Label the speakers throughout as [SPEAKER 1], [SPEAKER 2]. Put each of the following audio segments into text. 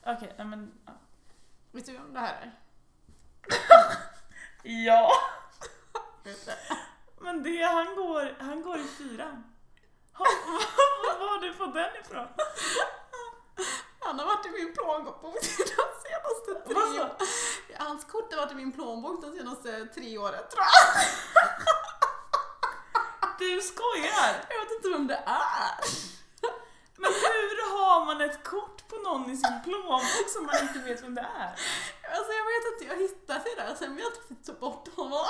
[SPEAKER 1] Okej, men... Ja.
[SPEAKER 2] Vet du om det här är?
[SPEAKER 1] Ja. Men det, han går i 4. Vad har du fått den ifrån?
[SPEAKER 2] Han har varit i min plånbok de senaste 3 åren. Hans kort har varit i min plånbok de senaste 3 åren, tror jag.
[SPEAKER 1] Du skojar!
[SPEAKER 2] Jag vet inte vem det är.
[SPEAKER 1] Men hur har man ett kort på någon i sin plånbok som man inte vet vem det är?
[SPEAKER 2] Alltså jag vet inte, jag hittade det där sen, men jag tog bort honom.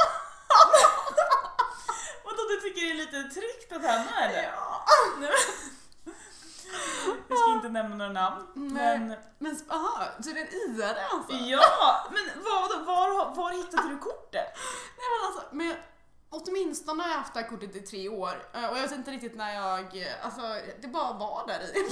[SPEAKER 1] Och då du tycker det är lite tryggt att han är det?
[SPEAKER 2] Ja.
[SPEAKER 1] Jag ska inte nämna några namn. Men
[SPEAKER 2] aha, så det är en IR alltså?
[SPEAKER 1] Ja, men var hittade du kortet?
[SPEAKER 2] Nej men alltså, men åtminstone har jag haft det här kortet i 3 år. Och jag vet inte riktigt när alltså det bara var där i.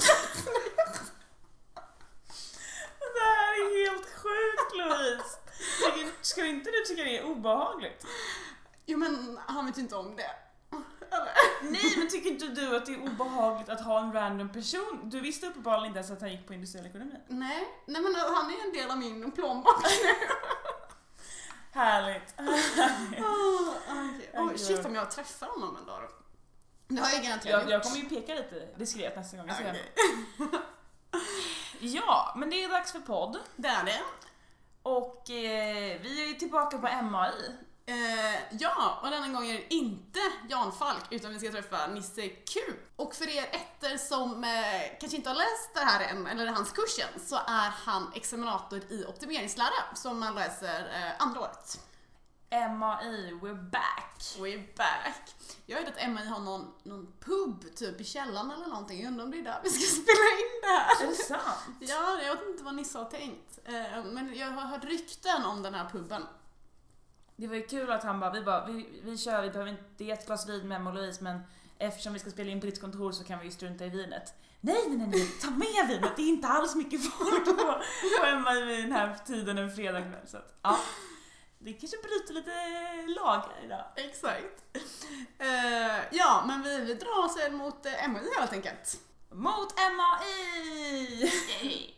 [SPEAKER 1] Det här är helt sjukt, Louise. Ska inte du tycka det är obehagligt?
[SPEAKER 2] Jo men han vet inte om det. Eller?
[SPEAKER 1] Nej, men tycker inte du att det är obehagligt att ha en random person? Du visste uppenbarligen inte ens att han gick på industriell ekonomi.
[SPEAKER 2] Nej men han är en del av min plånbok nu.
[SPEAKER 1] Härligt.
[SPEAKER 2] Okay. Shit om jag träffar honom en dag då. Det har jag garanterat
[SPEAKER 1] jag kommer ju peka lite diskret nästa gång jag ser honom. Ja, men det är dags för podd.
[SPEAKER 2] Det är det.
[SPEAKER 1] Och vi är ju tillbaka på MAI.
[SPEAKER 2] Ja, och denna gång är det inte Jan Falk utan vi ska träffa Nisse Q. Och för er ettor som kanske inte har läst det här än, eller hans kursen, så är han examinator i optimeringslära som man läser andra året.
[SPEAKER 1] MAI, we're back.
[SPEAKER 2] We're back. Jag vet att MAI har någon pub typ i källaren eller någonting. Jag undrar om det är där vi ska spela in det här.
[SPEAKER 1] Är det sant?
[SPEAKER 2] Ja, jag vet inte vad Nisse har tänkt. Men jag har hört rykten om den här puben.
[SPEAKER 1] Det var ju kul att han vi kör, vi behöver inte ge ett glas vin med Emma och Louise, men eftersom vi ska spela in på ditt kontor så kan vi ju strunta i vinet. Nej, ta med vinet, det är inte alls mycket folk på Emma vid den här tiden en fredagkväll. Så att, ja, det kanske bryter lite lagar idag.
[SPEAKER 2] Exakt. Ja, men vi drar oss mot MAI helt enkelt.
[SPEAKER 1] Mot MAI! Yay.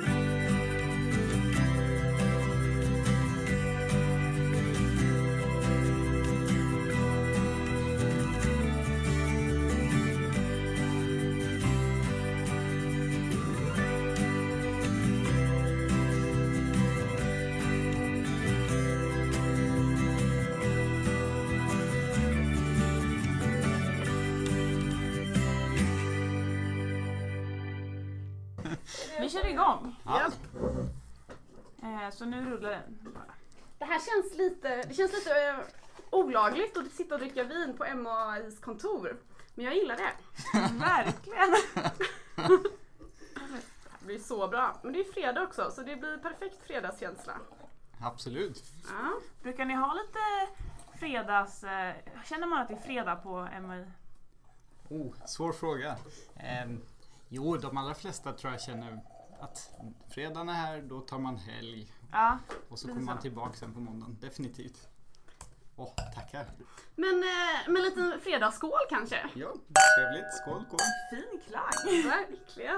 [SPEAKER 1] Vi kör igång.
[SPEAKER 3] Ja.
[SPEAKER 1] Så nu rullar den bara.
[SPEAKER 3] Det här känns lite olagligt att sitta och dricka vin på MAIs kontor. Men jag gillar det. Verkligen. Det blir så bra. Men det är fredag också, så det blir perfekt fredagskänsla.
[SPEAKER 4] Absolut.
[SPEAKER 3] Ja.
[SPEAKER 1] Brukar ni ha lite fredags... Känner man att det är fredag på MAI?
[SPEAKER 4] Svår fråga. Jo, de allra flesta tror jag känner att fredagen är här, då tar man helg.
[SPEAKER 1] Ja.
[SPEAKER 4] Och så kommer man tillbaka sen på måndagen. Definitivt. Tackar.
[SPEAKER 3] Men med en liten fredagsskål kanske?
[SPEAKER 4] Ja, trevligt. Skål.
[SPEAKER 1] Fin klang.
[SPEAKER 3] Verkligen.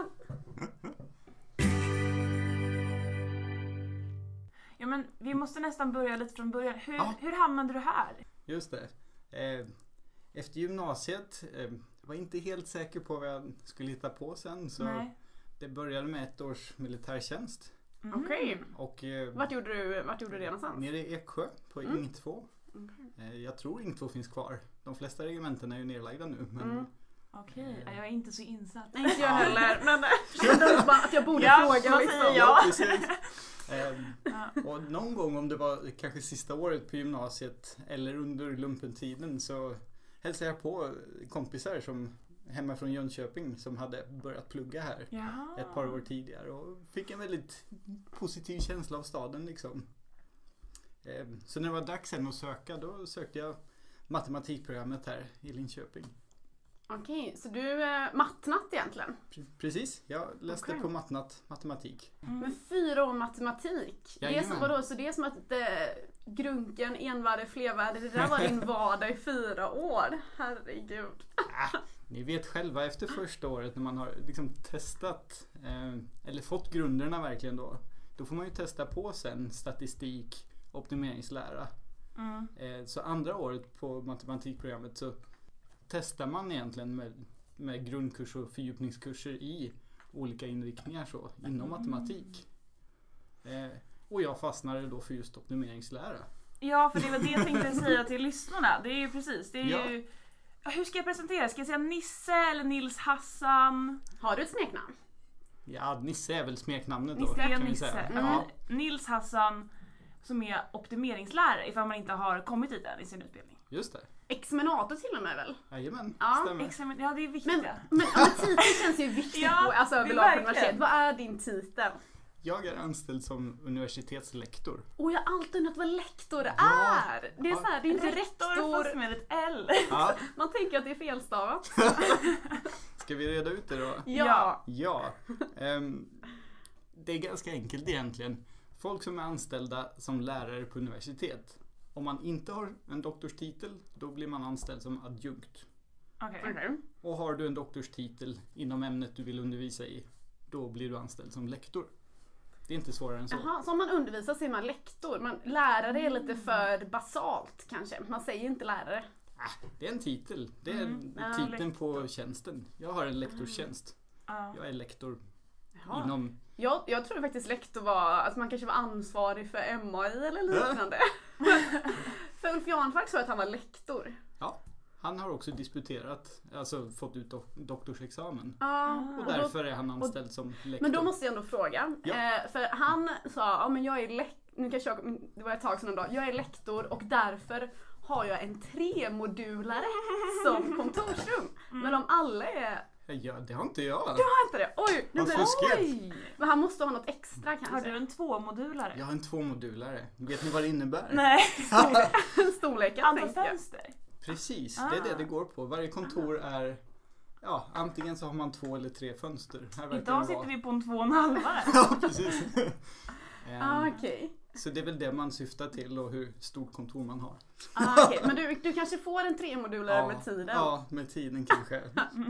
[SPEAKER 1] Ja, men vi måste nästan börja lite från början. Hur hamnade du här?
[SPEAKER 4] Just det. Efter gymnasiet var inte helt säker på vad jag skulle hitta på sen. Så
[SPEAKER 1] Nej.
[SPEAKER 4] det började med 1 års militärtjänst.
[SPEAKER 1] Mm.
[SPEAKER 3] Okej.
[SPEAKER 4] Och
[SPEAKER 3] Vart gjorde du det någonstans?
[SPEAKER 4] nere i Eksjö på Ing 2. Jag tror Ing 2 finns kvar. De flesta regementen är ju nedlagda nu. Men
[SPEAKER 1] Okej, jag är inte så insatt.
[SPEAKER 3] Nej, inte jag heller. Men kände bara att jag borde fråga.
[SPEAKER 1] Vad
[SPEAKER 3] Liksom.
[SPEAKER 1] säger jag?
[SPEAKER 4] precis. Och någon gång, om det var kanske sista året på gymnasiet eller under lumpentiden, så hälsade jag på kompisar som hemma från Jönköping som hade börjat plugga här.
[SPEAKER 1] Jaha.
[SPEAKER 4] Ett par år tidigare och fick en väldigt positiv känsla av staden liksom. Så när det var dags sen att söka, då sökte jag matematikprogrammet här i Linköping.
[SPEAKER 3] Okej, så du matnat egentligen?
[SPEAKER 4] Precis, jag läste på matematik.
[SPEAKER 3] Men 4 år matematik. Det är som, vadå, så det är som att grunken, envärde, flervärde, det där var din vardag i 4 år. Herregud.
[SPEAKER 4] Ni vet själva efter första året när man har liksom testat eller fått grunderna verkligen då får man ju testa på sen statistik, optimeringslära. Så andra året på matematikprogrammet så testar man egentligen med grundkurs och fördjupningskurser i olika inriktningar så inom matematik. Och jag fastnade då för just optimeringslära.
[SPEAKER 1] Ja, för det var det jag tänkte säga till lyssnarna. Det är ju precis, det är ju... Hur ska jag presentera? Ska jag säga Nisse eller Nils Hassan?
[SPEAKER 3] Har du ett smeknamn?
[SPEAKER 4] Ja, Nisse är väl smeknamnet då.
[SPEAKER 1] Nisse är
[SPEAKER 4] kan vi
[SPEAKER 1] Nisse.
[SPEAKER 4] säga.
[SPEAKER 1] Ja. Nils Hassan som är optimeringslärare ifall man inte har kommit dit än i sin utbildning.
[SPEAKER 4] Just det.
[SPEAKER 3] Examinator till och med väl?
[SPEAKER 4] Jajamän,
[SPEAKER 3] Ja,
[SPEAKER 4] stämmer.
[SPEAKER 1] Ja, det är viktigt.
[SPEAKER 3] Men titeln känns ju viktigt
[SPEAKER 1] Ja,
[SPEAKER 3] på, alltså
[SPEAKER 1] det är
[SPEAKER 3] överlag på
[SPEAKER 1] verkligen.
[SPEAKER 3] universitet. Vad är din titel?
[SPEAKER 4] Jag är anställd som universitetslektor.
[SPEAKER 3] Och jag har alltid undrat vad lektor är. Det är
[SPEAKER 4] Ja.
[SPEAKER 3] så här, det är inte
[SPEAKER 1] Rektor fast
[SPEAKER 3] rektor.
[SPEAKER 1] med ett L.
[SPEAKER 4] Ja,
[SPEAKER 3] Man tänker att det är felstavat.
[SPEAKER 4] ska vi reda ut det då?
[SPEAKER 1] Ja.
[SPEAKER 4] Ja. Det är ganska enkelt egentligen. Folk som är anställda som lärare på universitet. Om man inte har en doktorstitel, då blir man anställd som adjunkt.
[SPEAKER 1] Okej.
[SPEAKER 4] Och har du en doktorstitel inom ämnet du vill undervisa i, då blir du anställd som lektor. Det är inte svårare än så.
[SPEAKER 3] Jaha, så om man undervisar så är man lektor. Lärare är lite för basalt kanske. Man säger inte lärare.
[SPEAKER 4] Det är en titel. Det är
[SPEAKER 3] Ja,
[SPEAKER 4] titeln på tjänsten. Jag har en lektorstjänst.
[SPEAKER 1] Ja.
[SPEAKER 4] Jag är lektor
[SPEAKER 3] Jaha.
[SPEAKER 4] inom...
[SPEAKER 3] Jag tror faktiskt lektor var att man kanske var ansvarig för MAI eller liknande. För Ulf Janfalk sa att han var lektor.
[SPEAKER 4] Ja, han har också disputerat, alltså fått ut doktorsexamen.
[SPEAKER 3] Ja,
[SPEAKER 4] Och
[SPEAKER 3] och då,
[SPEAKER 4] därför är han anställd som lektor.
[SPEAKER 3] men då måste jag ändå fråga.
[SPEAKER 4] Ja.
[SPEAKER 3] För han sa, ja men jag är nu kanske det var ett tag sedan då. Jag är lektor och därför har jag en 3-modulare som kontorsrum. Men om alla är...
[SPEAKER 4] Ja, det har inte jag.
[SPEAKER 3] Jag har inte det. Oj, nu
[SPEAKER 4] Vad
[SPEAKER 3] blir
[SPEAKER 4] fuskigt.
[SPEAKER 3] Oj. Men han måste ha något extra
[SPEAKER 1] Har
[SPEAKER 3] kanske.
[SPEAKER 1] du en 2-modulare?
[SPEAKER 4] Jag har en 2-modulare. Vet ni vad det innebär?
[SPEAKER 1] Nej.
[SPEAKER 3] Storleken
[SPEAKER 1] Antal
[SPEAKER 3] tänkte jag.
[SPEAKER 1] fönster?
[SPEAKER 4] Precis, det är det går på. Varje kontor är... Ja, antingen så har man 2 eller 3 fönster. Här verkar
[SPEAKER 1] Idag
[SPEAKER 4] det
[SPEAKER 1] sitter
[SPEAKER 4] vara.
[SPEAKER 1] vi på en 2,5.
[SPEAKER 4] Ja, precis.
[SPEAKER 3] Okej.
[SPEAKER 4] Så det är väl det man syftar till och hur stort kontor man har.
[SPEAKER 3] Okej. Men du kanske får en 3-modulare med tiden.
[SPEAKER 4] Ja, med tiden kanske.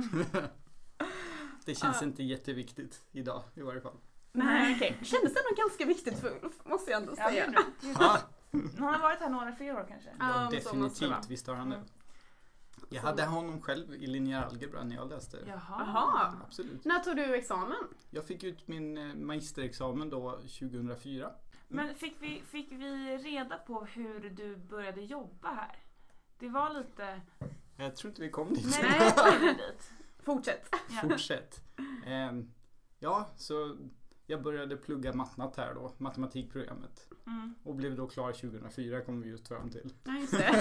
[SPEAKER 4] Det känns inte jätteviktigt idag i varje fall.
[SPEAKER 3] Nej, okej. Kändes det nog ganska viktigt för Ulf, måste jag ändå
[SPEAKER 1] Ja,
[SPEAKER 3] säga.
[SPEAKER 4] Ja,
[SPEAKER 1] Han har varit här några fler år kanske.
[SPEAKER 3] Ja, men så måste det vara.
[SPEAKER 4] definitivt. Visst har han det. Jag hade honom själv i linjär algebra när jag läste.
[SPEAKER 3] Jaha.
[SPEAKER 4] Absolut.
[SPEAKER 3] När tog du examen?
[SPEAKER 4] Jag fick ut min magisterexamen då 2004.
[SPEAKER 1] Men fick vi reda på hur du började jobba här? Det var lite...
[SPEAKER 4] Jag tror inte vi kom dit.
[SPEAKER 1] Nej, vi kom dit.
[SPEAKER 3] Fortsätt.
[SPEAKER 1] Ja.
[SPEAKER 4] Fortsätt. Ja, så jag började plugga matmat här då, matematikprogrammet. Och blev då klar 2004, kom vi just fram till.
[SPEAKER 3] Ja, just det.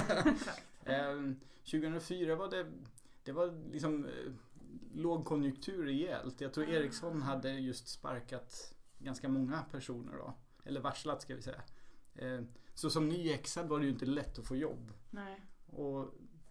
[SPEAKER 4] 2004 var det var liksom lågkonjunktur rejält. Jag tror Ericsson hade just sparkat ganska många personer då. Eller varslat ska vi säga. Så som nyexad var det ju inte lätt att få jobb.
[SPEAKER 1] Nej.
[SPEAKER 4] Och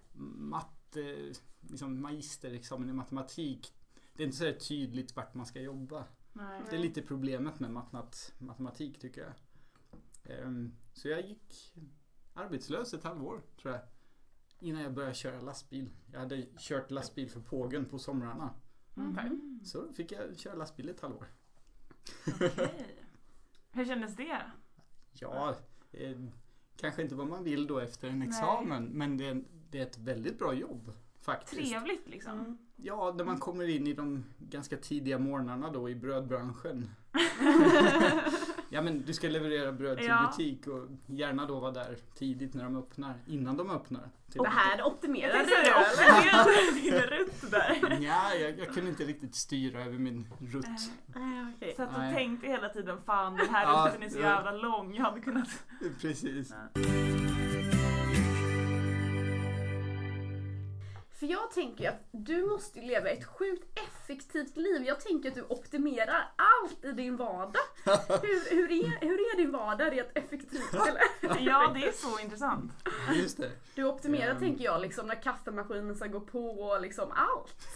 [SPEAKER 4] liksom magisterexamen i matematik, det är inte så tydligt vart man ska jobba.
[SPEAKER 1] Nej.
[SPEAKER 4] Det är lite problemet med matematik tycker jag. Så jag gick arbetslös ett halvår tror jag. Innan jag började köra lastbil. Jag hade kört lastbil för Pågen på somrarna. Så fick jag köra lastbil ett halvår.
[SPEAKER 1] Okej. Hur kändes det?
[SPEAKER 4] Ja, kanske inte vad man vill då efter en examen. Men det är ett väldigt bra jobb faktiskt.
[SPEAKER 1] Trevligt liksom.
[SPEAKER 4] Ja, när man kommer in i de ganska tidiga morgnarna då i brödbranschen. Ja, men du ska leverera bröd till butik och gärna då vara där tidigt när de öppnar, innan de öppnar.
[SPEAKER 3] Det här optimerar
[SPEAKER 1] Jag
[SPEAKER 3] du
[SPEAKER 1] tänkte din rutt där.
[SPEAKER 4] Ja, jag kunde inte riktigt styra över min rutt.
[SPEAKER 3] Okej.
[SPEAKER 1] Så att du
[SPEAKER 4] Nej.
[SPEAKER 1] tänkte hela tiden, fan den här
[SPEAKER 4] Ja,
[SPEAKER 1] rutten är så jävla lång. Jag hade kunnat...
[SPEAKER 4] Precis.
[SPEAKER 3] För jag tänker ju att du måste leva ett sjukt effektivt liv. Jag tänker att du optimerar allt i din vardag. Hur är din vardag rent effektivt? Eller?
[SPEAKER 1] Ja, det är så intressant.
[SPEAKER 4] Just det.
[SPEAKER 3] Du optimerar tänker jag liksom när kaffemaskinen ska gå på och liksom allt.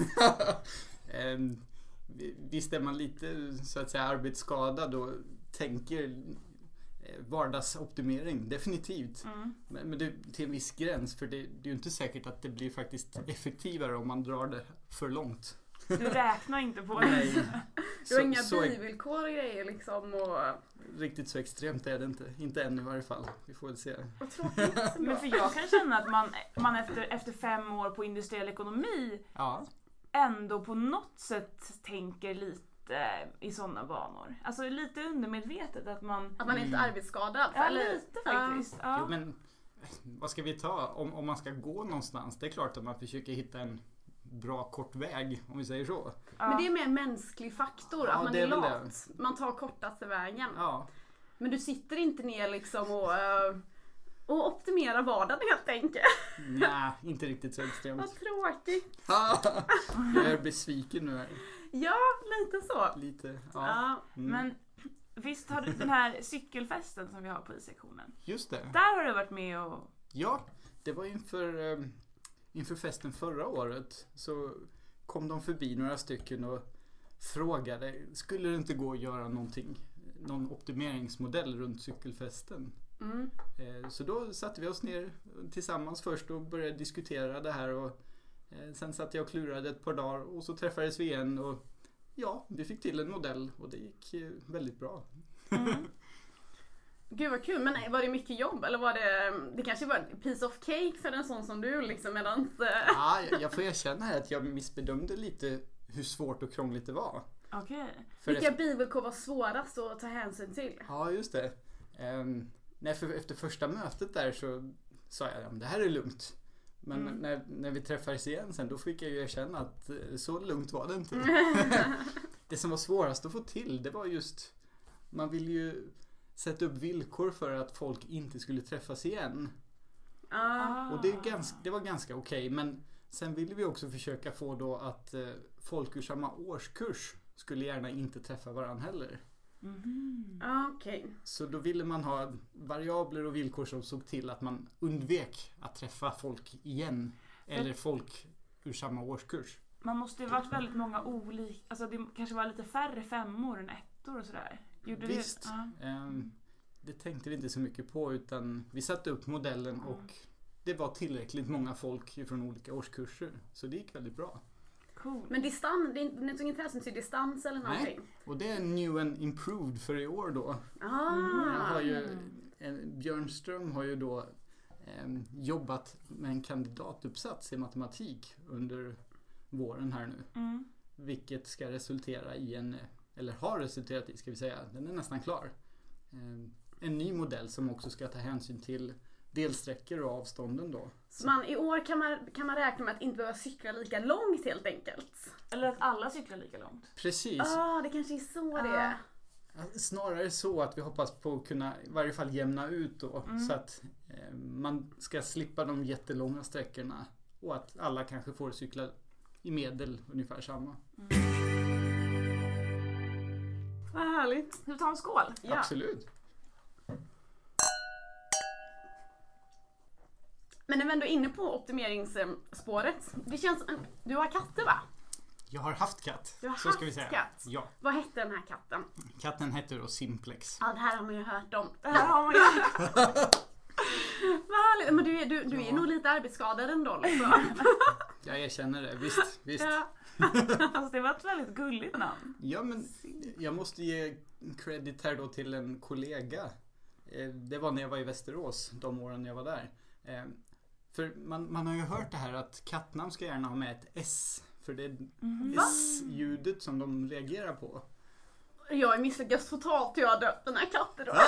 [SPEAKER 4] Visst är man lite så att säga arbetsskadad och tänker vardagsoptimering, definitivt. Men det är till en viss gräns, för det är ju inte säkert att det blir faktiskt effektivare om man drar det för långt.
[SPEAKER 1] Du räknar inte på det.
[SPEAKER 4] Nej.
[SPEAKER 3] Du har inga bivillkor och grejer liksom och...
[SPEAKER 4] Riktigt så extremt är det inte. Inte än i varje fall. Vi får väl se.
[SPEAKER 3] Vad tråkigt.
[SPEAKER 1] Men för jag kan känna att man efter 5 år på industriell ekonomi ändå på något sätt tänker lite i sådana banor. Alltså lite undermedvetet att man...
[SPEAKER 3] Att man är inte arbetsskadad.
[SPEAKER 1] Ja,
[SPEAKER 3] eller?
[SPEAKER 1] lite faktiskt. Ja.
[SPEAKER 4] Jo, men vad ska vi ta? Om man ska gå någonstans, det är klart att man försöker hitta en bra kort väg, om vi säger så.
[SPEAKER 3] Men det är mer en mänsklig faktor, att man är lat. Man tar kortaste vägen.
[SPEAKER 4] Ja.
[SPEAKER 3] Men du sitter inte ner liksom och optimerar vardagen helt enkelt.
[SPEAKER 4] Nej, inte riktigt så extremt.
[SPEAKER 3] Vad tråkigt.
[SPEAKER 4] Jag är besviken nu här.
[SPEAKER 3] Ja, lite så.
[SPEAKER 4] Lite, ja.
[SPEAKER 1] Men visst har du den här cykelfesten som vi har på I-sektionen?
[SPEAKER 4] Just det.
[SPEAKER 1] Där har du varit med och...
[SPEAKER 4] Ja, det var inför festen förra året så kom de förbi några stycken och frågade, skulle det inte gå att göra någon optimeringsmodell runt cykelfesten? Så då satte vi oss ner tillsammans först och började diskutera det här, och sen satt jag och klurade ett par dagar och så träffades vi igen och ja, vi fick till en modell och det gick väldigt bra.
[SPEAKER 3] Gud vad kul, men var det mycket jobb eller var det kanske var en piece of cake för en sån som du liksom, medan...
[SPEAKER 4] Ja, jag får erkänna här att jag missbedömde lite hur svårt och krångligt det var.
[SPEAKER 1] Okej.
[SPEAKER 3] Vilka bivillkor var svårast att ta hänsyn till?
[SPEAKER 4] Ja, just det. Efter första mötet där så sa jag att det här är lugnt. Men när vi träffades igen sen, då fick jag ju erkänna att så lugnt var det inte. Det som var svårast att få till, det var just, man vill ju sätta upp villkor för att folk inte skulle träffas igen. Och det var ganska okej, men sen ville vi också försöka få då att folk ur samma årskurs skulle gärna inte träffa varandra heller.
[SPEAKER 3] Okej.
[SPEAKER 4] Så då ville man ha variabler och villkor som såg till att man undvek att träffa folk igen eller folk ur samma årskurs.
[SPEAKER 1] Man måste ju varit väldigt många olika, alltså det kanske var lite färre 5-or än 1-or och sådär.
[SPEAKER 4] Visst. Det tänkte vi inte så mycket på, utan vi satte upp modellen och det var tillräckligt många folk från olika årskurser. Så det gick väldigt bra.
[SPEAKER 1] Cool.
[SPEAKER 3] Men distans, det är inte intresse till distans eller någonting?
[SPEAKER 4] Nej, och det är new and improved för i år då. Björn Ström har ju då jobbat med en kandidatuppsats i matematik under våren här nu. Vilket ska resultera i eller har resulterat i, ska vi säga, den är nästan klar. En ny modell som också ska ta hänsyn till delsträckor och avstånden då.
[SPEAKER 3] Så i år kan man räkna med att inte behöva cykla lika långt helt enkelt?
[SPEAKER 1] Eller att alla cyklar lika långt?
[SPEAKER 4] Precis.
[SPEAKER 3] Det kanske är så det är.
[SPEAKER 4] Snarare så att vi hoppas på att kunna i varje fall jämna ut då. Så att man ska slippa de jättelånga sträckorna och att alla kanske får cykla i medel ungefär samma.
[SPEAKER 3] Vad härligt.
[SPEAKER 1] Ska vi ta en skål?
[SPEAKER 3] Ja.
[SPEAKER 4] Absolut.
[SPEAKER 3] Men när vi ändå är inne på optimeringsspåret. Det känns, du har katter va?
[SPEAKER 4] Jag har haft katt.
[SPEAKER 3] Du har
[SPEAKER 4] så
[SPEAKER 3] haft
[SPEAKER 4] ska vi säga.
[SPEAKER 3] Katt.
[SPEAKER 4] Ja.
[SPEAKER 3] Vad hette den här katten?
[SPEAKER 4] Katten heter då Simplex.
[SPEAKER 3] Ja, det här har man ju hört om.
[SPEAKER 1] Det här har man ju.
[SPEAKER 3] Vad härligt. Men du är nog lite arbetsskadad ändå liksom.
[SPEAKER 4] Jag erkänner det, visst.
[SPEAKER 3] Ja.
[SPEAKER 1] Alltså det var ett väldigt gulligt namn.
[SPEAKER 4] Ja, men jag måste ge credit här då till en kollega. Det var när jag var i Västerås, de åren jag var där. För man har ju hört det här att kattnamn ska gärna ha med ett S. För det är S-ljudet som de reagerar på.
[SPEAKER 3] Jag är misslyckats totalt, jag har döpt den här katten då.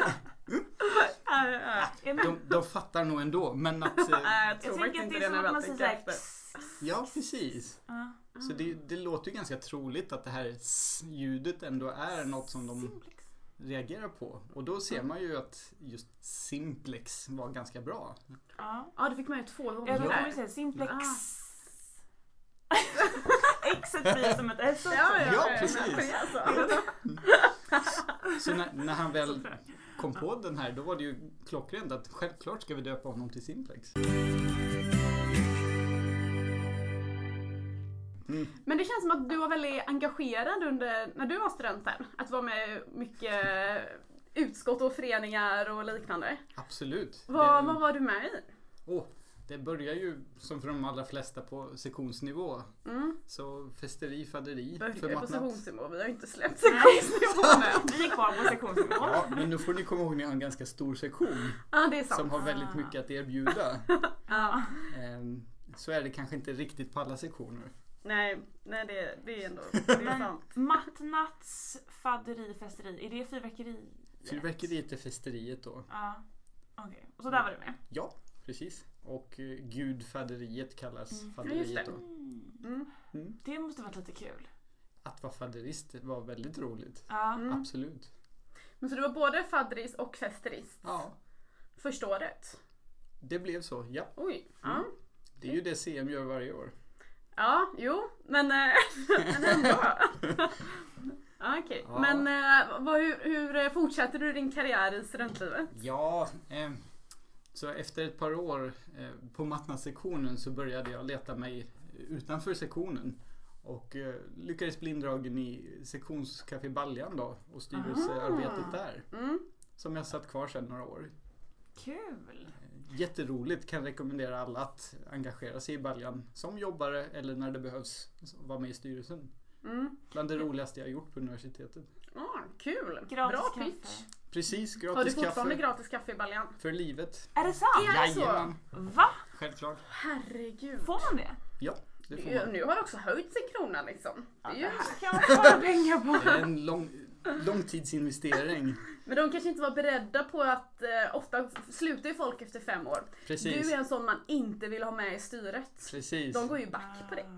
[SPEAKER 4] De fattar nog ändå, men att...
[SPEAKER 3] Jag tror
[SPEAKER 1] jag tänker att det är som att man säger såhär...
[SPEAKER 4] Ja, precis. Så det låter ju ganska troligt att det här S-ljudet ändå är något som de reagerar på. Och då ser man ju att just Simplex var ganska bra.
[SPEAKER 3] Ja, det fick man ju 2 gånger.
[SPEAKER 1] Jag kommer säga Simplex. Xet blir som ett S också.
[SPEAKER 4] Ja, precis. Så när han väl kom på den här, då var det ju klockrent att självklart ska vi döpa honom till Simplex.
[SPEAKER 3] Men det känns som att du var väldigt engagerad när du var student här. Att vara med mycket utskott och föreningar och liknande.
[SPEAKER 4] Absolut.
[SPEAKER 3] Vad var du med i?
[SPEAKER 4] Det börjar ju som för de allra flesta på sektionsnivå. Så festeri, faderi,
[SPEAKER 3] Börjar på sektionsnivå, vi har ju inte släppt
[SPEAKER 1] Nej.
[SPEAKER 3] sektionsnivån än.
[SPEAKER 1] Vi är kvar på sektionsnivå.
[SPEAKER 4] Ja, men nu får ni komma ihåg att ni har en ganska stor sektion
[SPEAKER 3] Ja, det är sant.
[SPEAKER 4] som har väldigt mycket att erbjuda.
[SPEAKER 3] Ja.
[SPEAKER 4] Så är det kanske inte riktigt på alla sektioner.
[SPEAKER 3] Nej, det är ändå det är sant.
[SPEAKER 1] Matnats, faderi, festeri. Är det fyrverkeri?
[SPEAKER 4] Fyrverkeriet är festeriet då.
[SPEAKER 1] Ja, okej. Och så där var du med.
[SPEAKER 4] Ja, precis. Och gudfaderiet kallas
[SPEAKER 3] just det.
[SPEAKER 4] faderiet då.
[SPEAKER 1] Det måste varit lite kul.
[SPEAKER 4] Att vara faderist var väldigt roligt.
[SPEAKER 1] Ja.
[SPEAKER 4] Absolut.
[SPEAKER 3] Men så du var både fadderist och festerist?
[SPEAKER 4] Ja,
[SPEAKER 3] Första året?
[SPEAKER 4] det blev så. Ja.
[SPEAKER 3] Oj. Ja.
[SPEAKER 4] Det är ju det CM gör varje år.
[SPEAKER 3] Ja, jo, men ändå. Okej.
[SPEAKER 4] Ja.
[SPEAKER 3] Men hur fortsätter du din karriär i studentlivet?
[SPEAKER 4] Ja, så efter ett par år på matnasektionen så började jag leta mig utanför sektionen och lyckades bli indragen i sektionscafé Baljan då och styrelsearbetet där. Som jag satt kvar sedan några år.
[SPEAKER 1] Kul!
[SPEAKER 4] Jätteroligt, kan rekommendera alla att engagera sig i Baljan som jobbare eller när det behövs vara med i styrelsen. Bland det roligaste jag har gjort på universitetet.
[SPEAKER 3] Kul!
[SPEAKER 1] Gratis
[SPEAKER 3] Bra
[SPEAKER 1] kaffe.
[SPEAKER 3] pitch.
[SPEAKER 4] Precis,
[SPEAKER 3] Har du
[SPEAKER 4] gratis
[SPEAKER 3] fortfarande
[SPEAKER 4] kaffe
[SPEAKER 3] gratis kaffe i Baljan?
[SPEAKER 4] för livet.
[SPEAKER 1] Är det sant?
[SPEAKER 3] Ja. så?
[SPEAKER 4] Jajamän,
[SPEAKER 1] Va?
[SPEAKER 4] självklart.
[SPEAKER 3] Herregud.
[SPEAKER 1] Får man det?
[SPEAKER 4] Ja, det får man.
[SPEAKER 3] Nu har det också höjt sin krona liksom. Det är ju...
[SPEAKER 1] Kan man spara pengar på?
[SPEAKER 4] Det är en långtidsinvestering.
[SPEAKER 3] Men de kanske inte var beredda på att ofta slutar ju folk efter 5 år.
[SPEAKER 4] Precis.
[SPEAKER 3] Du är en sån man inte vill ha med i styret.
[SPEAKER 4] Precis.
[SPEAKER 3] De går ju back på det.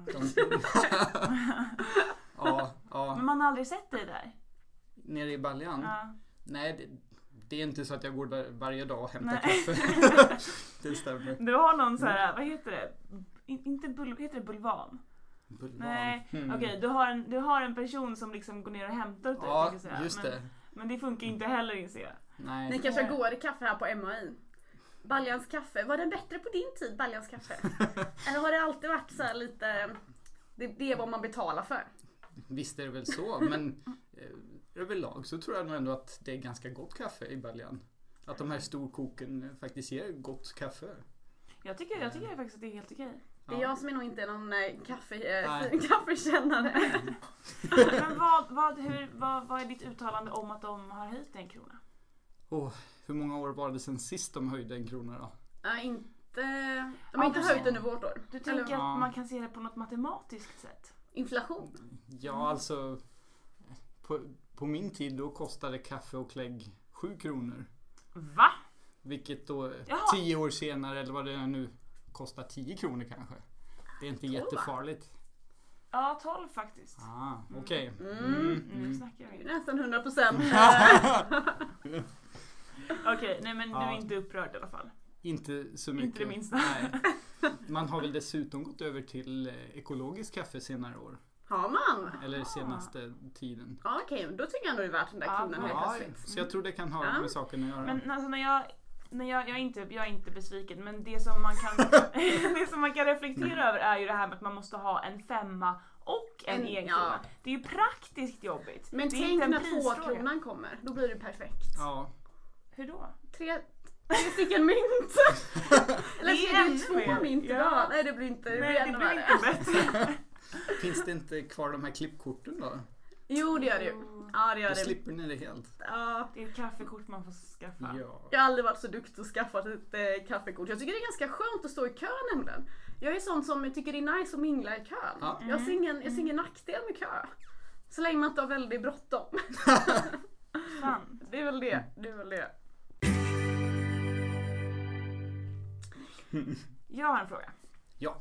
[SPEAKER 4] Ja.
[SPEAKER 1] Men man har aldrig sett dig där?
[SPEAKER 4] Nere i Baljan?
[SPEAKER 1] Ja.
[SPEAKER 4] Nej, det är inte så att jag går där varje dag och hämtar
[SPEAKER 1] Nej.
[SPEAKER 4] kaffe. Det stämmer.
[SPEAKER 1] Du har någon så här, vad heter det? Inte heter det bulvan?
[SPEAKER 4] Bulvan.
[SPEAKER 1] Nej,
[SPEAKER 4] Mm.
[SPEAKER 1] okej, du har en person som liksom går ner och hämtar åt dig.
[SPEAKER 4] Ja,
[SPEAKER 1] tänkte jag säga.
[SPEAKER 4] just det.
[SPEAKER 1] Men det funkar inte heller, inser jag.
[SPEAKER 4] Nej.
[SPEAKER 3] Ni kanske går i kaffe här på MAI. Baljans kaffe, var den bättre på din tid, Baljans kaffe? Eller har det alltid varit så här lite, det är vad man betalar för?
[SPEAKER 4] Visst är det väl så, men överlag så tror jag nog ändå att det är ganska gott kaffe i Baljan. Att de här storkoken faktiskt ger gott kaffe.
[SPEAKER 1] Jag tycker faktiskt att det är helt okej.
[SPEAKER 3] Det är
[SPEAKER 4] Ja.
[SPEAKER 3] jag som är nog inte någon
[SPEAKER 4] Nej.
[SPEAKER 3] kaffekännare.
[SPEAKER 1] Men vad är ditt uttalande om att de har höjt 1 krona?
[SPEAKER 4] Hur många år var det sedan sist de höjde 1 krona då?
[SPEAKER 3] De har inte höjt under vårt år.
[SPEAKER 1] Du tänker
[SPEAKER 4] Ja.
[SPEAKER 1] att man kan se det på något matematiskt sätt?
[SPEAKER 3] Inflation.
[SPEAKER 4] Ja, alltså på min tid då kostade kaffe och klägg 7 kronor.
[SPEAKER 1] Va?
[SPEAKER 4] Vilket då
[SPEAKER 1] Jaha.
[SPEAKER 4] 10 år senare, eller vad det är nu, kostar 10 kronor kanske. Det är inte
[SPEAKER 3] 12,
[SPEAKER 4] jättefarligt.
[SPEAKER 1] Ja, 12 faktiskt.
[SPEAKER 4] Okej.
[SPEAKER 1] Nu snackar vi.
[SPEAKER 3] Nästan 100%.
[SPEAKER 1] Okej, nej men du
[SPEAKER 4] Ja.
[SPEAKER 1] är inte upprörd i alla fall.
[SPEAKER 4] Inte så mycket.
[SPEAKER 1] Inte det minsta.
[SPEAKER 4] Nej. Man har väl dessutom gått över till ekologiskt kaffe senare år.
[SPEAKER 3] Har man?
[SPEAKER 4] Eller senaste tiden.
[SPEAKER 3] Ja, okej, då tycker jag ändå det är värt den där
[SPEAKER 1] Ja,
[SPEAKER 3] kronan helt
[SPEAKER 4] Ja,
[SPEAKER 3] plötsligt.
[SPEAKER 4] så jag tror det kan ha
[SPEAKER 3] Ja.
[SPEAKER 4] med saken att göra.
[SPEAKER 1] Men alltså jag är inte besviken, men det som man kan det som man kan reflektera över är ju det här med att man måste ha en 5 och en
[SPEAKER 3] Ja.
[SPEAKER 1] krona. Det är ju praktiskt jobbigt.
[SPEAKER 3] Men
[SPEAKER 1] det är
[SPEAKER 3] tänk
[SPEAKER 1] inte en
[SPEAKER 3] när
[SPEAKER 1] prisfråga.
[SPEAKER 3] 2-kronan kommer, då blir det perfekt.
[SPEAKER 4] Ja.
[SPEAKER 1] Hur då?
[SPEAKER 3] 3 stycken mynt. Eller
[SPEAKER 1] Det
[SPEAKER 3] så
[SPEAKER 1] är
[SPEAKER 3] är det
[SPEAKER 1] ännu
[SPEAKER 3] 2
[SPEAKER 1] mer.
[SPEAKER 3] mynt
[SPEAKER 1] Ja.
[SPEAKER 3] idag. Nej, det blir inte, det blir
[SPEAKER 1] Nej, det
[SPEAKER 3] ännu
[SPEAKER 1] blir
[SPEAKER 3] värre.
[SPEAKER 1] inte bättre.
[SPEAKER 4] Finns det inte kvar de här klippkorten då?
[SPEAKER 3] Jo, det gör det ju. Ja, det gör
[SPEAKER 4] Då
[SPEAKER 3] det.
[SPEAKER 4] slipper ni det helt.
[SPEAKER 3] Ja.
[SPEAKER 1] Det är ett kaffekort man får skaffa.
[SPEAKER 4] Ja.
[SPEAKER 3] Jag har aldrig varit så duktig att skaffa ett kaffekort. Jag tycker det är ganska skönt att stå i kö nämligen. Jag är sån som tycker det är nice att mingla i kön.
[SPEAKER 4] Ja.
[SPEAKER 3] Jag ser ingen nackdel med kö. Så länge man inte har väldigt bråttom.
[SPEAKER 1] Sant.
[SPEAKER 3] Det är väl det. Det är väl det.
[SPEAKER 1] Jag har en fråga.
[SPEAKER 4] Ja.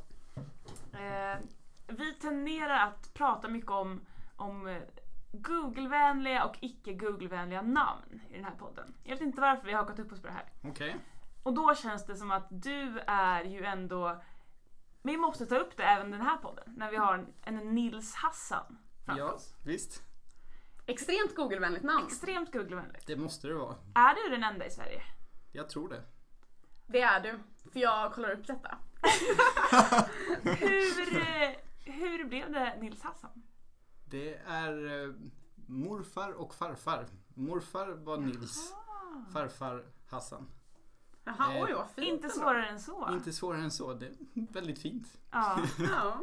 [SPEAKER 1] Vi tenderar att prata mycket om Google-vänliga och icke-Google-vänliga namn i den här podden. Jag vet inte varför vi har hakat upp oss på det här.
[SPEAKER 4] Okej.
[SPEAKER 1] Och då känns det som att du är ju ändå... Vi måste ta upp det även i den här podden. När vi har en Nils Hassan framför
[SPEAKER 4] Ja,
[SPEAKER 1] oss.
[SPEAKER 4] visst.
[SPEAKER 3] Extremt Google-vänligt namn.
[SPEAKER 1] Extremt Google-vänligt.
[SPEAKER 4] Det måste det vara.
[SPEAKER 1] Är du den enda i Sverige?
[SPEAKER 4] Jag tror det.
[SPEAKER 3] Det är du. För jag kollar upp detta.
[SPEAKER 1] Hur blev det Nils Hassan?
[SPEAKER 4] Det är morfar och farfar Morfar var Nils. Farfar Hassan.
[SPEAKER 3] Jaha, oj vad fint.
[SPEAKER 1] Inte svårare än så.
[SPEAKER 4] Inte svårare än så. Det är väldigt fint.
[SPEAKER 1] Ja,
[SPEAKER 3] Ja.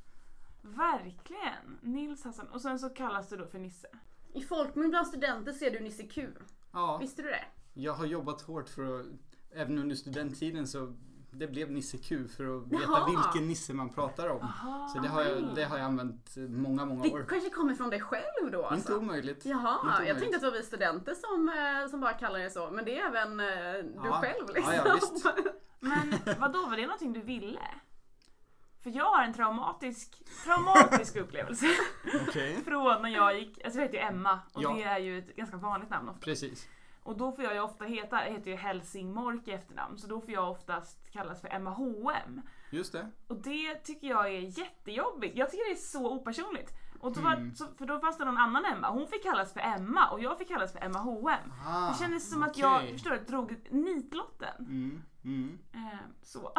[SPEAKER 1] verkligen. Nils Hassan. Och sen så kallas du då för Nisse.
[SPEAKER 3] I folkmun bland studenter ser du Nisse Q.
[SPEAKER 4] Ja,
[SPEAKER 3] Visste du det?
[SPEAKER 4] jag har jobbat hårt för att, även under studenttiden så det blev Nisse Q för att veta
[SPEAKER 3] Jaha.
[SPEAKER 4] vilken Nisse man pratar om.
[SPEAKER 1] Aha.
[SPEAKER 4] Så det har jag använt många
[SPEAKER 3] Det
[SPEAKER 4] år.
[SPEAKER 3] kanske kommer från dig själv då alltså?
[SPEAKER 4] Inte omöjligt.
[SPEAKER 3] Jaha,
[SPEAKER 4] Inte
[SPEAKER 3] jag
[SPEAKER 4] omöjligt.
[SPEAKER 3] tänkte att det var vi studenter som bara kallar det så. Men det är även du
[SPEAKER 4] Ja.
[SPEAKER 3] själv liksom.
[SPEAKER 4] Ja, visst.
[SPEAKER 1] Men vadå, var det någonting du ville? För jag har en traumatisk upplevelse
[SPEAKER 4] Okej.
[SPEAKER 1] från när jag gick, alltså jag heter ju Emma och
[SPEAKER 4] Ja.
[SPEAKER 1] det är ju ett ganska vanligt namn ofta.
[SPEAKER 4] Precis.
[SPEAKER 1] Och då får jag ju ofta jag heter ju Helsingborg i efternamn, så då får jag oftast kallas för Emma H&M.
[SPEAKER 4] Just det.
[SPEAKER 1] Och det tycker jag är jättejobbigt. Jag tycker det är så opersonligt. Och då för då fanns det någon annan Emma. Hon fick kallas för Emma och jag fick kallas för Emma H&M. Det kändes som att jag, förstår du, drog nitlotten. Så.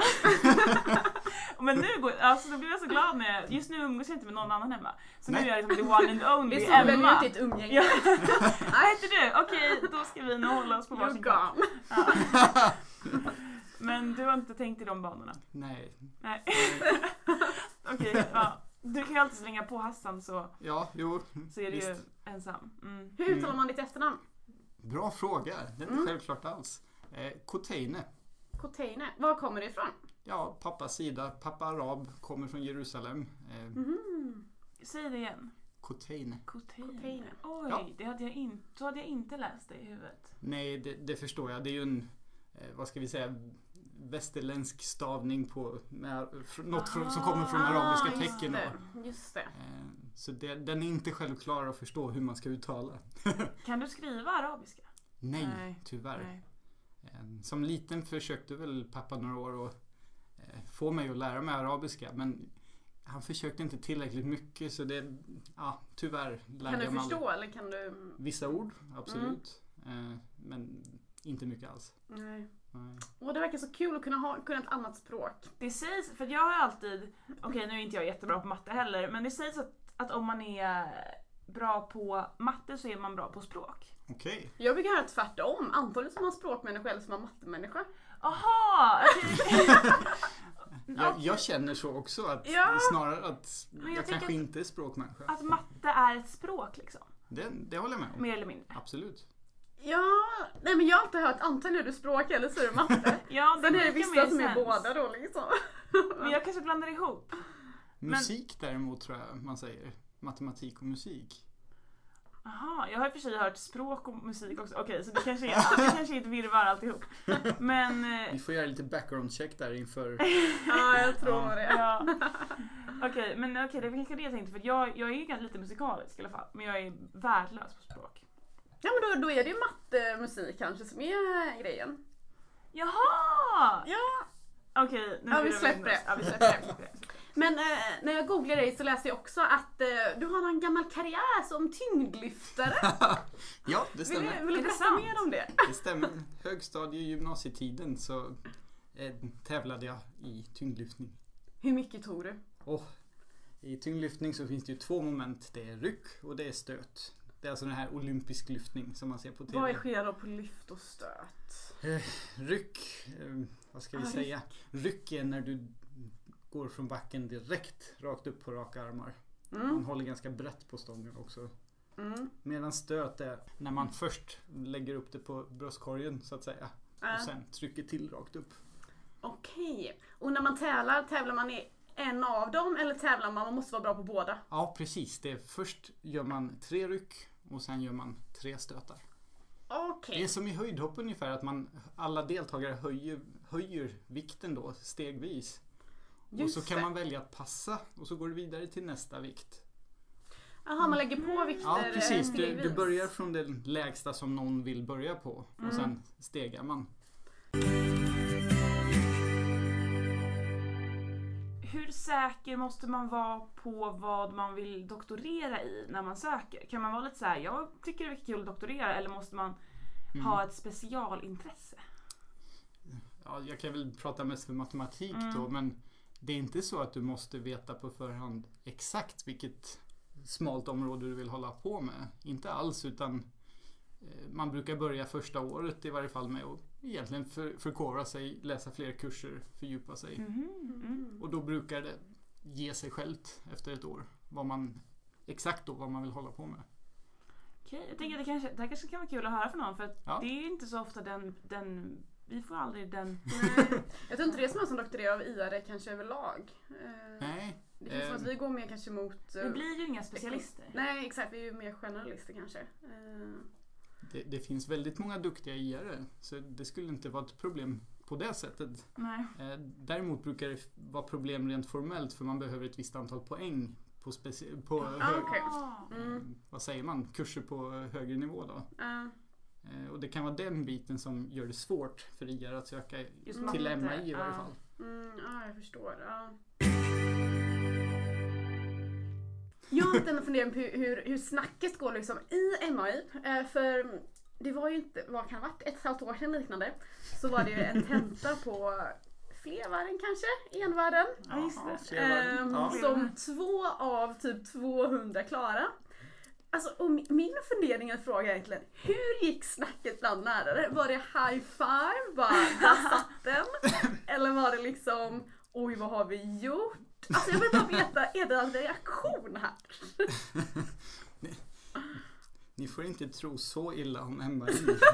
[SPEAKER 1] Men nu då blir jag så glad när just nu umgås jag inte med någon annan Emma. Så
[SPEAKER 4] Nej.
[SPEAKER 1] nu är jag liksom the one and only
[SPEAKER 3] Det är så
[SPEAKER 1] Emma.
[SPEAKER 3] väl ut ett umgänge.
[SPEAKER 1] Ja. Vad heter du? Okej, då ska vi nog hålla oss på varsin kant.
[SPEAKER 3] Gone.
[SPEAKER 1] Men du har inte tänkt i de banorna?
[SPEAKER 4] Nej.
[SPEAKER 1] Nej. Okej, ja. Du kan ju alltid slänga på Hassan så
[SPEAKER 4] Ja, jo.
[SPEAKER 1] är du ju
[SPEAKER 4] Visst.
[SPEAKER 1] ensam.
[SPEAKER 3] Hur uttalar man ditt efternamn?
[SPEAKER 4] Bra fråga. Det är inte självklart alls. Koteine.
[SPEAKER 3] Koteine. Var kommer det ifrån?
[SPEAKER 4] Ja, pappas sida. Pappa arab kommer från Jerusalem.
[SPEAKER 1] Säg det igen.
[SPEAKER 4] Koteine.
[SPEAKER 1] Koteine. Oj,
[SPEAKER 4] Ja.
[SPEAKER 1] så hade jag inte läst det i huvudet.
[SPEAKER 4] Nej, det förstår jag. Det är ju en, vad ska vi säga, västerländsk stavning på något som kommer från arabiska tecken.
[SPEAKER 3] Just det.
[SPEAKER 4] Så den är inte självklar att förstå hur man ska uttala.
[SPEAKER 1] Kan du skriva arabiska?
[SPEAKER 4] Nej, tyvärr.
[SPEAKER 1] Nej.
[SPEAKER 4] Som liten försökte väl pappa några år att få mig att lära mig arabiska, men han försökte inte tillräckligt mycket, så det, tyvärr lärde
[SPEAKER 3] Kan
[SPEAKER 4] jag
[SPEAKER 3] du
[SPEAKER 4] mig
[SPEAKER 3] förstå
[SPEAKER 4] aldrig.
[SPEAKER 3] eller kan du...
[SPEAKER 4] Vissa ord, absolut. Men inte mycket alls.
[SPEAKER 3] Nej.
[SPEAKER 4] Nej.
[SPEAKER 3] Och det verkar så kul att kunna ett annat språk.
[SPEAKER 1] Det sägs, för jag har alltid, okej nu är inte jag jättebra på matte heller, men det sägs att om man är bra på matte så är man bra på språk.
[SPEAKER 4] Okej.
[SPEAKER 3] Jag brukar höra tvärtom. Antagligen som man språkmänniska eller som man mattemänniska.
[SPEAKER 1] Aha!
[SPEAKER 4] Jag känner så också, att
[SPEAKER 3] Ja.
[SPEAKER 4] snarare att
[SPEAKER 1] Men
[SPEAKER 4] jag
[SPEAKER 1] tänker
[SPEAKER 4] kanske inte är språkmänniska.
[SPEAKER 1] Att matte är ett språk liksom,
[SPEAKER 4] Det håller jag med om.
[SPEAKER 1] mer eller mindre.
[SPEAKER 4] Absolut.
[SPEAKER 3] Ja, nej men jag har alltid hört antingen är du språk eller så är du matte.
[SPEAKER 1] Ja,
[SPEAKER 3] Sen är det
[SPEAKER 1] brukar
[SPEAKER 3] vissa
[SPEAKER 1] make
[SPEAKER 3] som är
[SPEAKER 1] sense.
[SPEAKER 3] båda då liksom.
[SPEAKER 1] Men jag kanske blandar ihop.
[SPEAKER 4] Musik däremot tror jag man säger. Matematik och musik.
[SPEAKER 1] Aha, jag har i och för sig hört språk och musik också. Okej, så det kanske är ett virrvarr alltihop. Men...
[SPEAKER 4] Vi får göra lite background check där inför...
[SPEAKER 3] Ja, jag tror det.
[SPEAKER 1] Ja. Okej, det var kanske det jag tänkte. För jag är ju ganska lite musikalisk i alla fall. Men jag är värdelös på språk.
[SPEAKER 3] Ja men då är det ju mattemusik kanske som är grejen.
[SPEAKER 1] Jaha!
[SPEAKER 3] Ja.
[SPEAKER 1] Okej, nu
[SPEAKER 3] Ja,
[SPEAKER 1] är
[SPEAKER 3] vi
[SPEAKER 1] det
[SPEAKER 3] släpper det.
[SPEAKER 1] Ja, vi släpper det.
[SPEAKER 3] Men när jag googlade dig så läste jag också att du har en gammal karriär som tyngdlyftare.
[SPEAKER 4] Ja, det stämmer.
[SPEAKER 3] Vill du
[SPEAKER 1] Är det
[SPEAKER 3] berätta
[SPEAKER 1] sant?
[SPEAKER 3] mer om det?
[SPEAKER 4] Det stämmer. Högstadie- och gymnasietiden så tävlade jag i tyngdlyftning.
[SPEAKER 3] Hur mycket tog du?
[SPEAKER 4] Och i tyngdlyftning så finns det ju 2 moment. Det är ryck och det är stöt. Det är alltså den här olympisk lyftning som man ser på TV.
[SPEAKER 3] Vad är skillnaden på lyft och stöt?
[SPEAKER 4] Ryck, vad ska vi säga? Ryck är när du går från backen direkt rakt upp på raka armar. Man håller ganska brett på stången också. Medan stöt är när man först lägger upp det på bröstkorgen så att säga. Och sen trycker till rakt upp.
[SPEAKER 3] Okej. Och när man tävlar man i en av dem eller tävlar man måste vara bra på båda?
[SPEAKER 4] Ja, precis. Först gör man 3 ryck och sen gör man 3 stötar.
[SPEAKER 3] Okej.
[SPEAKER 4] Det är som i höjdhopp ungefär, att alla deltagare höjer vikten då stegvis. Och så kan man välja att passa och så går du vidare till nästa vikt.
[SPEAKER 3] Jaha, man lägger på vikter.
[SPEAKER 4] Ja, precis. Du
[SPEAKER 3] stegvis.
[SPEAKER 4] börjar från det lägsta som någon vill börja på och sen stegar man.
[SPEAKER 1] Hur säker måste man vara på vad man vill doktorera i när man söker? Kan man vara lite så här, jag tycker det är kul att doktorera, eller måste man ha ett specialintresse?
[SPEAKER 4] Ja, jag kan väl prata mest för matematik då, men det är inte så att du måste veta på förhand exakt vilket smalt område du vill hålla på med. Inte alls, utan man brukar börja första året i varje fall med att egentligen förkovra sig, läsa fler kurser, fördjupa sig. Och då brukar det ge sig självt efter ett år vad man vill hålla på med.
[SPEAKER 1] Okej, jag tänker att det här kanske kan vara kul att höra från någon, för att det är inte så ofta den vi får aldrig den.
[SPEAKER 3] Nej, jag tror inte det är så många som doktorerar av IARE kanske överlag.
[SPEAKER 4] Nej.
[SPEAKER 3] Det känns som att vi går mer kanske mot...
[SPEAKER 1] Vi blir ju inga specialister.
[SPEAKER 3] Nej, exakt. Vi är ju mer generalister kanske.
[SPEAKER 4] Det finns väldigt många duktiga IARE, så det skulle inte vara ett problem på det sättet.
[SPEAKER 1] Nej.
[SPEAKER 4] Däremot brukar det vara problem rent formellt, för man behöver ett visst antal poäng på vad säger man? Kurser på högre nivå då. Och det kan vara den biten som gör det svårt för IARE att söka till MI i varje fall.
[SPEAKER 3] Ja, jag förstår. Jag har inte funderat på hur snacket går liksom i MI. För det var ju inte, vad kan det ha varit, 1,5 år sedan liknande. Så var det ju en tenta på flervärden kanske, envärden.
[SPEAKER 1] Ja, just det.
[SPEAKER 3] Som 2 av typ 200 klara. Alltså, och min fundering är att fråga egentligen, hur gick snacket bland lärare? Var det high five? Där satt den? Eller var det liksom, oj vad har vi gjort? Alltså jag vill bara veta, är det en reaktion här?
[SPEAKER 4] Ni får inte tro så illa om MI.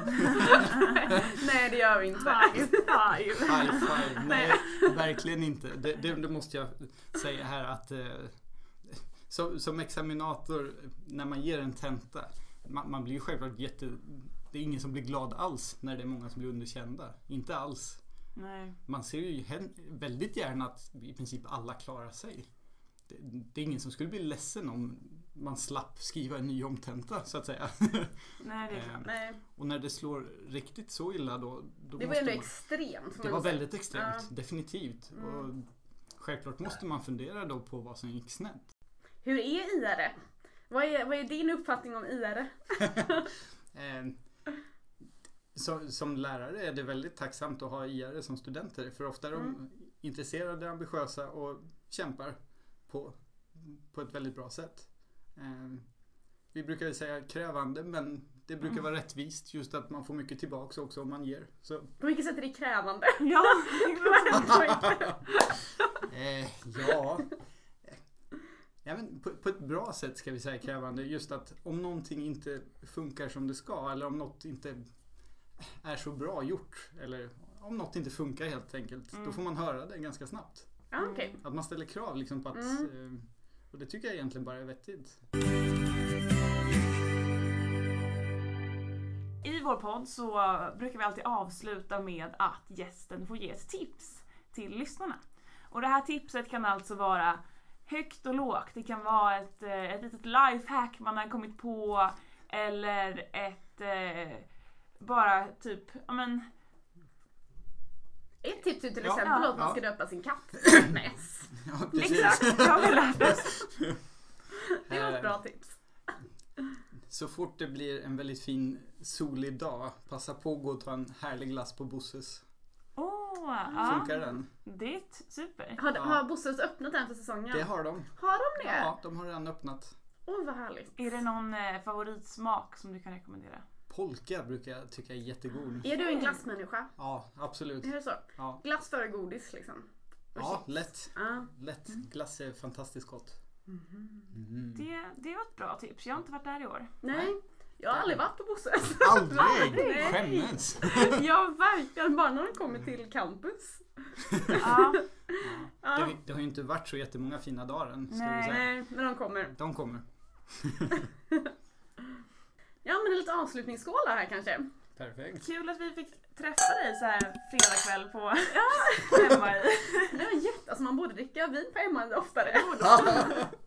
[SPEAKER 3] Nej, det gör vi inte.
[SPEAKER 1] High five.
[SPEAKER 4] High five. Nej, verkligen inte. Det måste jag säga här att som examinator, när man ger en tenta, man blir ju självklart det är ingen som blir glad alls när det är många som blir underkända. Inte alls.
[SPEAKER 1] Nej.
[SPEAKER 4] Man ser ju väldigt gärna att i princip alla klarar sig. Det är ingen som skulle bli ledsen om man slapp skriva en ny omtenta, så att säga.
[SPEAKER 1] Nej, det är klart.
[SPEAKER 3] Nej.
[SPEAKER 4] Och när det slår riktigt så illa då
[SPEAKER 3] det var ändå extremt.
[SPEAKER 4] Det var väldigt extremt, definitivt. Och självklart måste man fundera då på vad som gick snett.
[SPEAKER 3] Hur är IARE? Vad är din uppfattning om IARE?
[SPEAKER 4] Som lärare är det väldigt tacksamt att ha IARE som studenter, för ofta är de intresserade, ambitiösa och kämpar på ett väldigt bra sätt. Vi brukar säga krävande, men det brukar vara rättvist, just att man får mycket tillbaka också om man ger. Så.
[SPEAKER 3] På vilket sätt är det krävande?
[SPEAKER 1] Ja,
[SPEAKER 4] ja, men på ett bra sätt ska vi säga krävande. Just att om någonting inte funkar som det ska, eller om något inte är så bra gjort, eller om något inte funkar helt enkelt, då får man höra det ganska snabbt.
[SPEAKER 3] Okay.
[SPEAKER 4] Att man ställer krav liksom på att, och det tycker jag egentligen bara är vettigt.
[SPEAKER 1] I vår podd så brukar vi alltid avsluta med att gästen får ge ett tips till lyssnarna. Och det här tipset kan alltså vara högt och lågt. Det kan vara ett litet lifehack man har kommit på, eller bara typ,
[SPEAKER 3] ett tips är till exempel att man ska döpa sin katt med S.
[SPEAKER 4] Ja, precis.
[SPEAKER 1] Exakt, jag har lärt oss.
[SPEAKER 3] Det var ett bra tips.
[SPEAKER 4] Så fort det blir en väldigt fin solig dag, passa på att gå och ta en härlig glass på Bosses. Funkar den?
[SPEAKER 1] Det är super.
[SPEAKER 3] Har Bosses öppnat den för säsongen?
[SPEAKER 4] Det har de.
[SPEAKER 3] Har de det?
[SPEAKER 4] Ja, de har redan öppnat.
[SPEAKER 3] Vad härligt.
[SPEAKER 1] Är det någon favoritsmak som du kan rekommendera?
[SPEAKER 4] Polka brukar jag tycka är jättegod.
[SPEAKER 3] Är du en glassmänniska?
[SPEAKER 4] Ja, absolut.
[SPEAKER 3] Är det så?
[SPEAKER 4] Ja.
[SPEAKER 3] Glass före godis liksom?
[SPEAKER 4] Ja, lätt. Lätt. Glass är fantastiskt gott.
[SPEAKER 1] Det var ett bra tips. Jag har inte varit där i år.
[SPEAKER 3] Nej. Jag har aldrig varit på Bosses.
[SPEAKER 4] Aldrig! Skämmes!
[SPEAKER 3] Ja, verkligen. Bara när de kommer till campus.
[SPEAKER 4] Det har ju inte varit så jättemånga fina dagar än, ska vi säga.
[SPEAKER 3] Nej, men de kommer.
[SPEAKER 4] De kommer.
[SPEAKER 3] Ja, men en lite avslutningsskåla här kanske.
[SPEAKER 4] Perfekt.
[SPEAKER 1] Kul att vi fick träffa dig så här fredagkväll på MI.
[SPEAKER 3] Det var alltså man borde dricka vin på MI oftare.